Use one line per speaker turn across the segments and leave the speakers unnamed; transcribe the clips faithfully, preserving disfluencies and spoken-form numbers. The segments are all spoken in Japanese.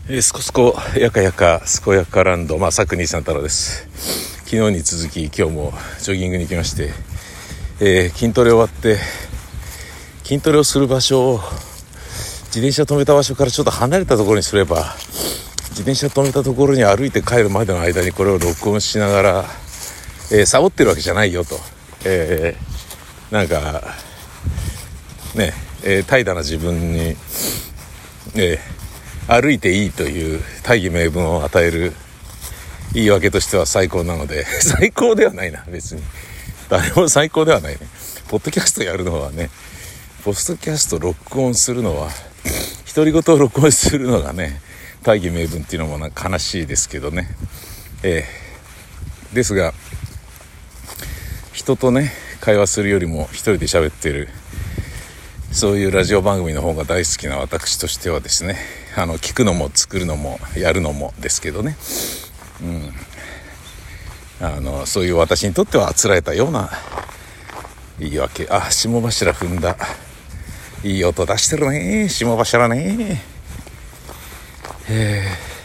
えー、すこすこやかやかすこやかランド、まあサクニーさん太郎です。昨日に続き今日もジョギングに行きまして、えー、筋トレ終わって筋トレをする場所を自転車止めた場所からちょっと離れたところにすれば、自転車止めたところに歩いて帰るまでの間にこれを録音しながら、えー、サボってるわけじゃないよと、えー、なんかね、えー、怠惰な自分に、えー歩いていいという大義名分を与える言い訳としては最高なので最高ではないな、別に誰も最高ではないね。ポッドキャストやるのはね、ポッドキャスト録音するのは独り言を録音するのがね大義名分っていうのもなんか悲しいですけどね、えー、ですが人とね会話するよりも一人で喋ってるそういうラジオ番組の方が大好きな私としてはですね、あの聞くのも作るのもやるのもですけどね、うん、あのそういう私にとってはあつらえたような言い訳。あ、霜柱踏んだ、いい音出してるね霜柱ね。え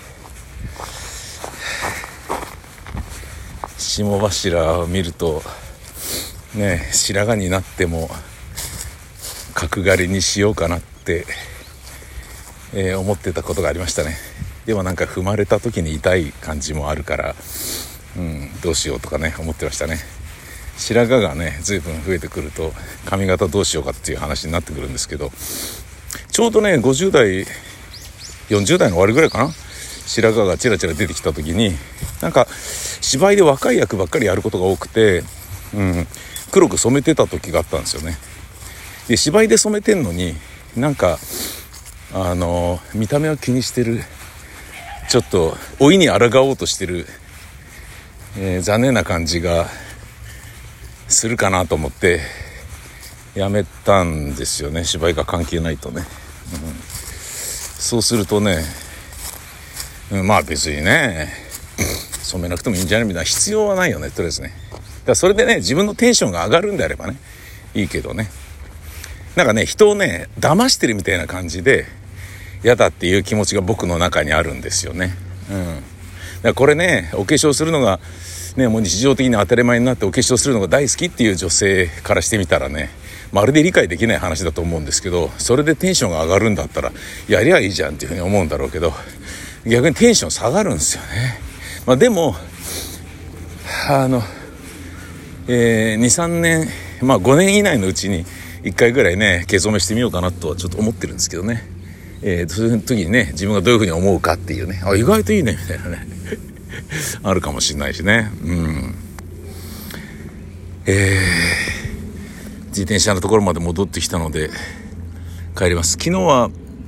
ー、霜柱を見るとね、白髪になっても角刈りにしようかなって、えー、思ってたことがありましたね。でもなんか踏まれた時に痛い感じもあるから、うん、どうしようとかね思ってましたね。白髪がね随分増えてくると髪型どうしようかっていう話になってくるんですけど、ちょうどねごじゅう代よんじゅう代の終わりぐらいかな、白髪がチラチラ出てきた時になんか芝居で若い役ばっかりやることが多くて、うん、黒く染めてた時があったんですよね。で芝居で染めてんのになんかあの見た目は気にしてる、ちょっと老いに抗おうとしてる、えー、残念な感じがするかなと思ってやめたんですよね。芝居が関係ないとね、うん、そうするとね、うん、まあ別にね染めなくてもいいんじゃないみたいな必要はないよねとりあえずね。だからそれでね自分のテンションが上がるんであればねいいけどね、なんかね人をね騙してるみたいな感じで嫌だっていう気持ちが僕の中にあるんですよね。うん。だからこれねお化粧するのがねもう日常的に当たり前になってお化粧するのが大好きっていう女性からしてみたらねまるで理解できない話だと思うんですけど、それでテンションが上がるんだったらやりゃいいじゃんっていうふうに思うんだろうけど、逆にテンション下がるんですよね。まあでもあの、えー、にさんねんまあごねん以内のうちにいっかいぐらいね毛染めしてみようかなとはちょっと思ってるんですけどね、えー、そういう時にね自分がどういうふうに思うかっていうね、あ意外といいねみたいなねあるかもしれないしね。うんえー、自転車のところまで戻ってきたので帰ります。昨日は、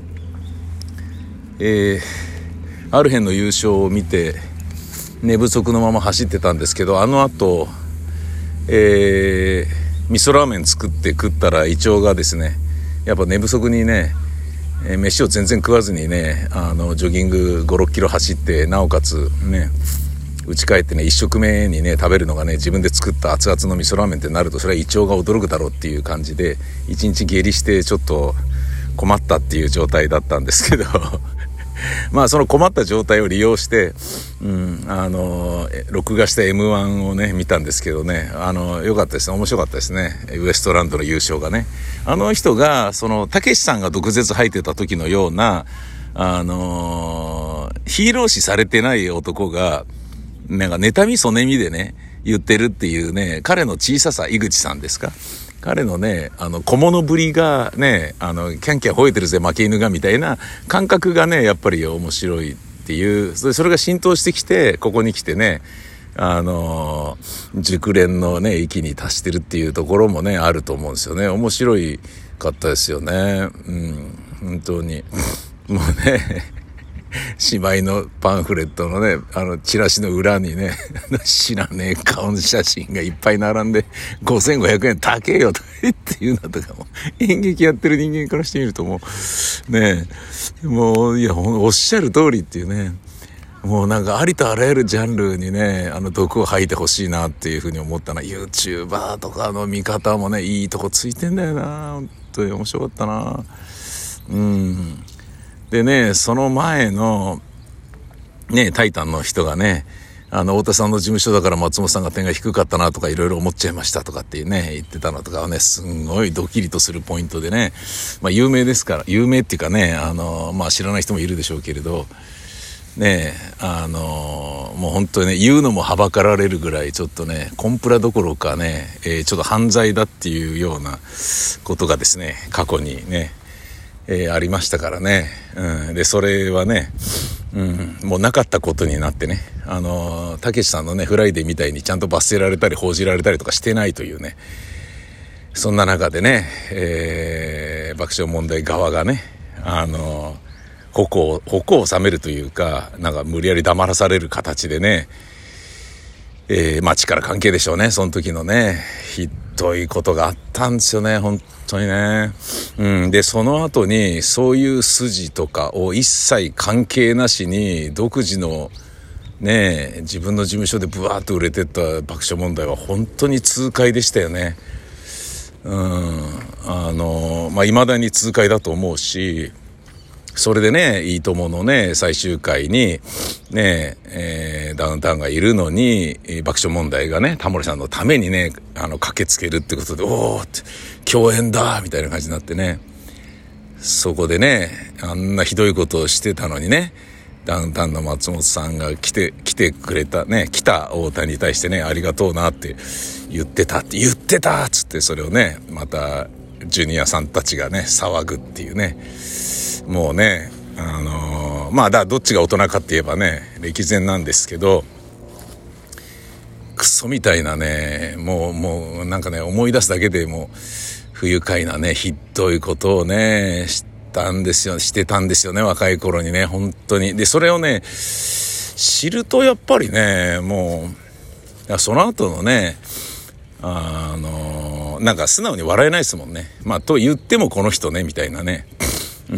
えー、アルヘンの優勝を見て寝不足のまま走ってたんですけど、あの後、えー味噌ラーメン作って食ったら胃腸がですねやっぱ寝不足にね、えー、飯を全然食わずにねあのジョギングごろっキロ走って、なおかつね家帰ってね一食目にね食べるのがね自分で作った熱々の味噌ラーメンってなるとそれは胃腸が驚くだろうっていう感じで一日下痢してちょっと困ったっていう状態だったんですけどまあその困った状態を利用して、うん、あの録画した エムワン をね見たんですけどね、あの良かったですね、面白かったですね。ウエストランドの優勝がね、あの人がそのたけしさんが毒舌吐いてた時のようなあのヒーロー視されてない男がなんか妬みそねみでね言ってるっていうね、彼の小ささ、井口さんですか、彼のねあの小物ぶりがねあのキャンキャン吠えてるぜ負け犬がみたいな感覚がねやっぱり面白いっていう、それ、それが浸透してきてここに来てねあの熟練のね域に達してるっていうところもねあると思うんですよね。面白いかったですよね。うん本当にもうね芝居のパンフレットのねあのチラシの裏にね知らねえ顔の写真がいっぱい並んでごせんごひゃくえん高えよとか言っていうのとかも演劇やってる人間からしてみるともうねもういやおっしゃる通りっていうね、もうなんかありとあらゆるジャンルにねあの毒を吐いてほしいなっていうふうに思ったな。 YouTuber とかの見方もねいいとこついてんだよな、本当に面白かったな。うんでね、その前のねタイタンの人がね、あの太田さんの事務所だから松本さんが点が低かったなとかいろいろ思っちゃいましたとかっていうね言ってたのとかはね、すんごいドキリとするポイントでね、まあ有名ですから、有名っていうかね、あのまあ知らない人もいるでしょうけれどね、あのもう本当にね言うのもはばかられるぐらいちょっとねコンプラどころかね、えー、ちょっと犯罪だっていうようなことがですね過去にね、えー、ありましたからね、うん、でそれはね、うん、もうなかったことになってね、あのたけしさんのねフライデーみたいにちゃんと罰せられたり報じられたりとかしてないというね、そんな中でね、えー、爆笑問題側がね、あの矛を矛を収めるというか、なんか無理やり黙らされる形でね、えー、まあ力関係でしょうね、その時のねひどいことがあったんですよね、本当にね。うん、でその後にそういう筋とかを一切関係なしに独自のね自分の事務所でブワーッと売れてった爆笑問題は本当に痛快でしたよね。うん、あのまあ未だに痛快だと思うし、それでねいいとものね最終回にね、えー、ダウンタウンがいるのに爆笑問題がねタモリさんのためにねあの駆けつけるってことで、おーって共演だみたいな感じになってね、そこでねあんなひどいことをしてたのにね、ダウンタウンの松本さんが来て来てくれたね、来た太田に対してねありがとうなって言ってたって言ってたっつって、それをねまたジュニアさんたちがね騒ぐっていうね、もうねあのー、まあだどっちが大人かって言えばね歴然なんですけど、クソみたいなね、もうもうなんかね思い出すだけでもう不愉快なねひどいことをねしたんですよしてたんですよね、若い頃にね本当に。でそれをね知るとやっぱりね、もうその後のねあのー、なんか素直に笑えないですもんね。まあと言ってもこの人ねみたいなね、うん、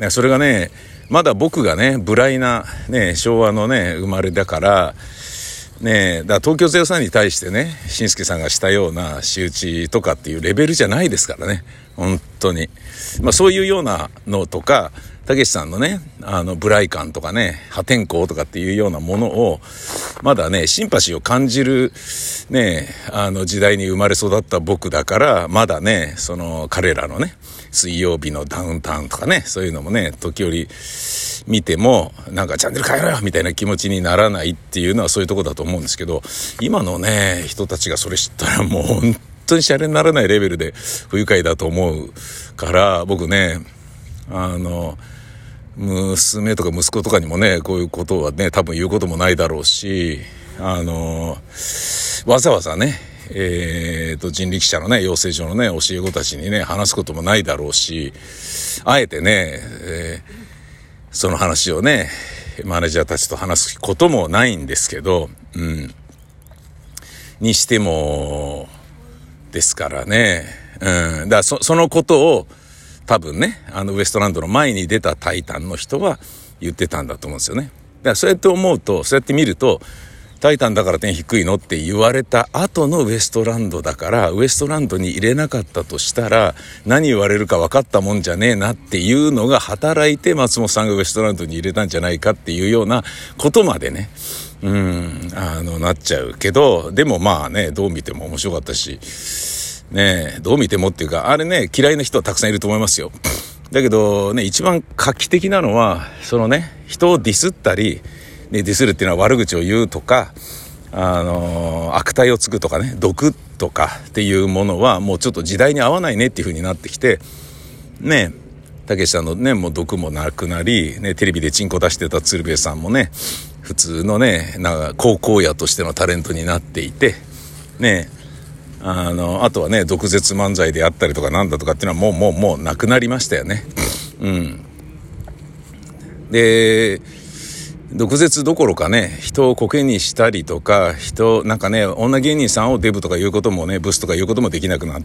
それがねまだ僕がね無頼なね昭和のね生まれだからね、だから東京ゼロさんに対してね紳助さんがしたような仕打ちとかっていうレベルじゃないですからね本当に。まあそういうようなのとか、たけしさんのねあの無頼感とかね破天荒とかっていうようなものをまだねシンパシーを感じるねあの時代に生まれ育った僕だから、まだねその彼らのね水曜日のダウンタウンとかねそういうのもね時折見てもなんかチャンネル変えろよみたいな気持ちにならないっていうのはそういうとこだと思うんですけど、今のね人たちがそれ知ったらもう本当にシャレにならないレベルで不愉快だと思うから、僕ねあの娘とか息子とかにもねこういうことはね多分言うこともないだろうし、あのわざわざねえーと人力車のね養成所のね教え子たちにね話すこともないだろうし、あえてね、えー、その話をねマネージャーたちと話すこともないんですけど、うんにしてもですからね、うん、だから そ, そのことを多分ねあのウエストランドの前に出たタイタンの人は言ってたんだと思うんですよね。だからそうやって思うと、そうやって見るとタイタンだから点低いのって言われた後のウエストランドだから、ウエストランドに入れなかったとしたら何言われるか分かったもんじゃねえなっていうのが働いて松本さんがウエストランドに入れたんじゃないかっていうようなことまでねうんあのなっちゃうけど、でもまあねどう見ても面白かったしね、どう見てもっていうかあれね嫌いな人はたくさんいると思いますよ。だけどね一番画期的なのはそのね人をディスったりでディスるっていうのは悪口を言うとか、あのー、悪態をつくとかね毒とかっていうものはもうちょっと時代に合わないねっていう風になってきてね、たけしさんのねもう毒もなくなり、ね、テレビでチンコ出してた鶴瓶さんもね普通のねなんか高校野としてのタレントになっていてね、あのあとはね毒舌漫才であったりとかなんだとかっていうのはもうもうもうなくなりましたよね。うんで毒舌どころかね人をコケにしたりとか、人なんかね女芸人さんをデブとか言うこともねブスとか言うこともできなくなって、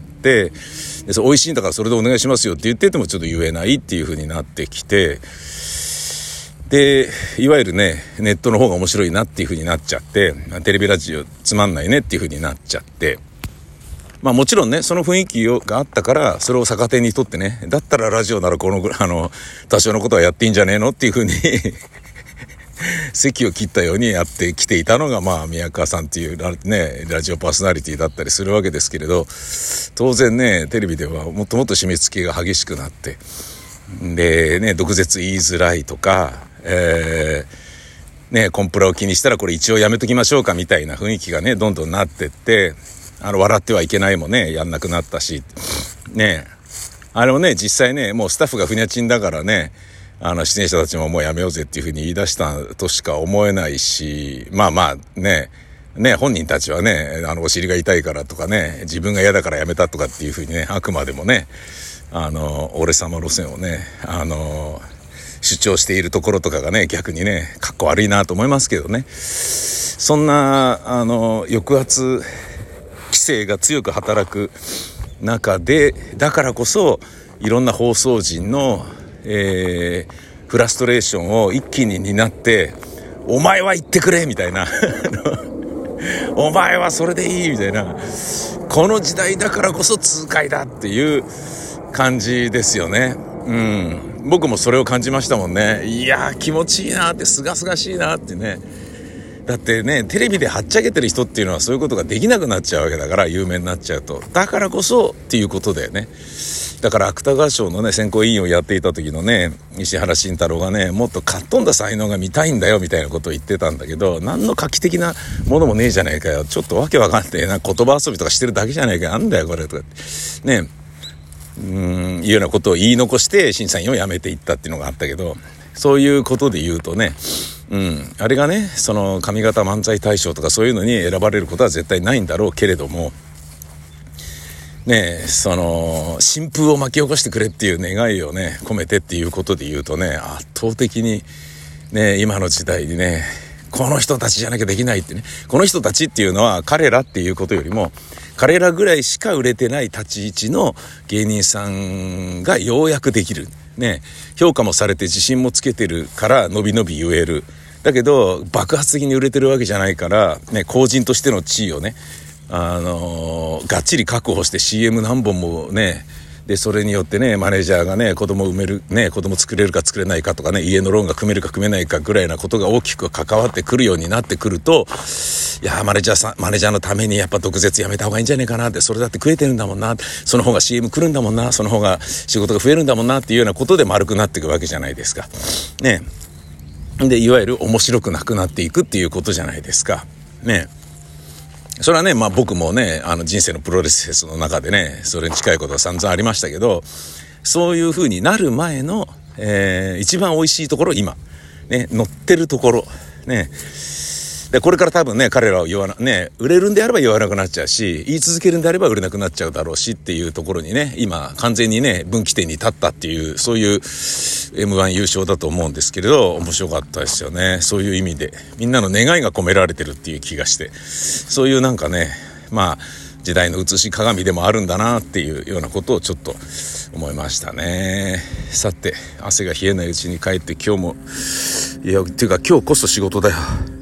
でそ美味しいんだからそれでお願いしますよって言っててもちょっと言えないっていう風になってきて、でいわゆるねネットの方が面白いなっていう風になっちゃって、テレビラジオつまんないねっていう風になっちゃって、 まあもちろんね、その雰囲気があったから、それを逆手にとってね、だったらラジオならこのぐらい、あの、多少のことはやっていいんじゃねえのっていうふうに、席を切ったようにやってきていたのが、まあ、宮川さんっていうラ、ね、ラジオパーソナリティだったりするわけですけれど、当然ね、テレビではもっともっと締め付けが激しくなって、で、ね、毒舌言いづらいとか、えー、ね、コンプラを気にしたらこれ一応やめときましょうかみたいな雰囲気がね、どんどんなってって、あの、笑ってはいけないもね、やんなくなったし、ね、あれもね、実際ね、もうスタッフがふにゃちんだからね、あの、出演者たちももうやめようぜっていうふうに言い出したとしか思えないし、まあまあね、ね、本人たちはね、あの、お尻が痛いからとかね、自分が嫌だからやめたとかっていうふうにね、あくまでもね、あの、俺様路線をね、あの、主張しているところとかがね、逆にね、かっこ悪いなと思いますけどね。そんな、あの、抑圧規制が強く働く中で、だからこそ、いろんな放送陣の、えー、フラストレーションを一気に担って、お前は言ってくれみたいなお前はそれでいいみたいな、この時代だからこそ痛快だっていう感じですよね。うん、僕もそれを感じましたもんね。いやー気持ちいいなって、すがすがしいなってね。だってね、テレビではっちゃけてる人っていうのはそういうことができなくなっちゃうわけだから、有名になっちゃうと。だからこそっていうことだよね。だから芥川賞のね、選考委員をやっていた時のね、石原慎太郎がね、もっとかっ飛んだ才能が見たいんだよみたいなことを言ってたんだけど、何の画期的なものもねえじゃねえかよ、ちょっとわけわかんねえな、言葉遊びとかしてるだけじゃねえかよ、なんだよこれとかね、うーんいうようなことを言い残して審査員を辞めていったっていうのがあったけど、そういうことで言うとね、うん、あれがね、その上方漫才大賞とかそういうのに選ばれることは絶対ないんだろうけれどもね、えその新風を巻き起こしてくれっていう願いをね込めてっていうことで言うとね、圧倒的にね、今の時代にね、この人たちじゃなきゃできないってね、この人たちっていうのは彼らっていうことよりも、彼らぐらいしか売れてない立ち位置の芸人さんがようやくできるね、評価もされて自信もつけてるからのびのび言える。だけど爆発的に売れてるわけじゃないからね、公人としての地位をね、あのー、がっちり確保して シーエム 何本もね、でそれによってね、マネージャーがね、子供産めるね、子供作れるか作れないかとかね、家のローンが組めるか組めないかぐらいなことが大きく関わってくるようになってくると、いやマネージャーさんマネージャーのためにやっぱ毒舌やめた方がいいんじゃないかなって、それだって食えてるんだもんな、その方が シーエム 来るんだもんな、その方が仕事が増えるんだもんなっていうようなことで丸くなっていくわけじゃないですかね。でいわゆる面白くなくなっていくっていうことじゃないですかね。それはね、まあ僕もね、あの人生のプロセスの中でね、それに近いことは散々ありましたけど、そういう風になる前の、えー、一番美味しいところ、今ね、乗ってるところね、でこれから多分ね、彼らは言わなね、売れるんであれば言わなくなっちゃうし、言い続けるんであれば売れなくなっちゃうだろうしっていうところにね、今完全にね分岐点に立ったっていう、そういう エムワン 優勝だと思うんですけれど、面白かったですよね。そういう意味でみんなの願いが込められてるっていう気がして、そういうなんかね、まあ時代の映し鏡でもあるんだなっていうようなことをちょっと思いましたね。さて、汗が冷えないうちに帰って、今日もいやっていうか今日こそ仕事だよ。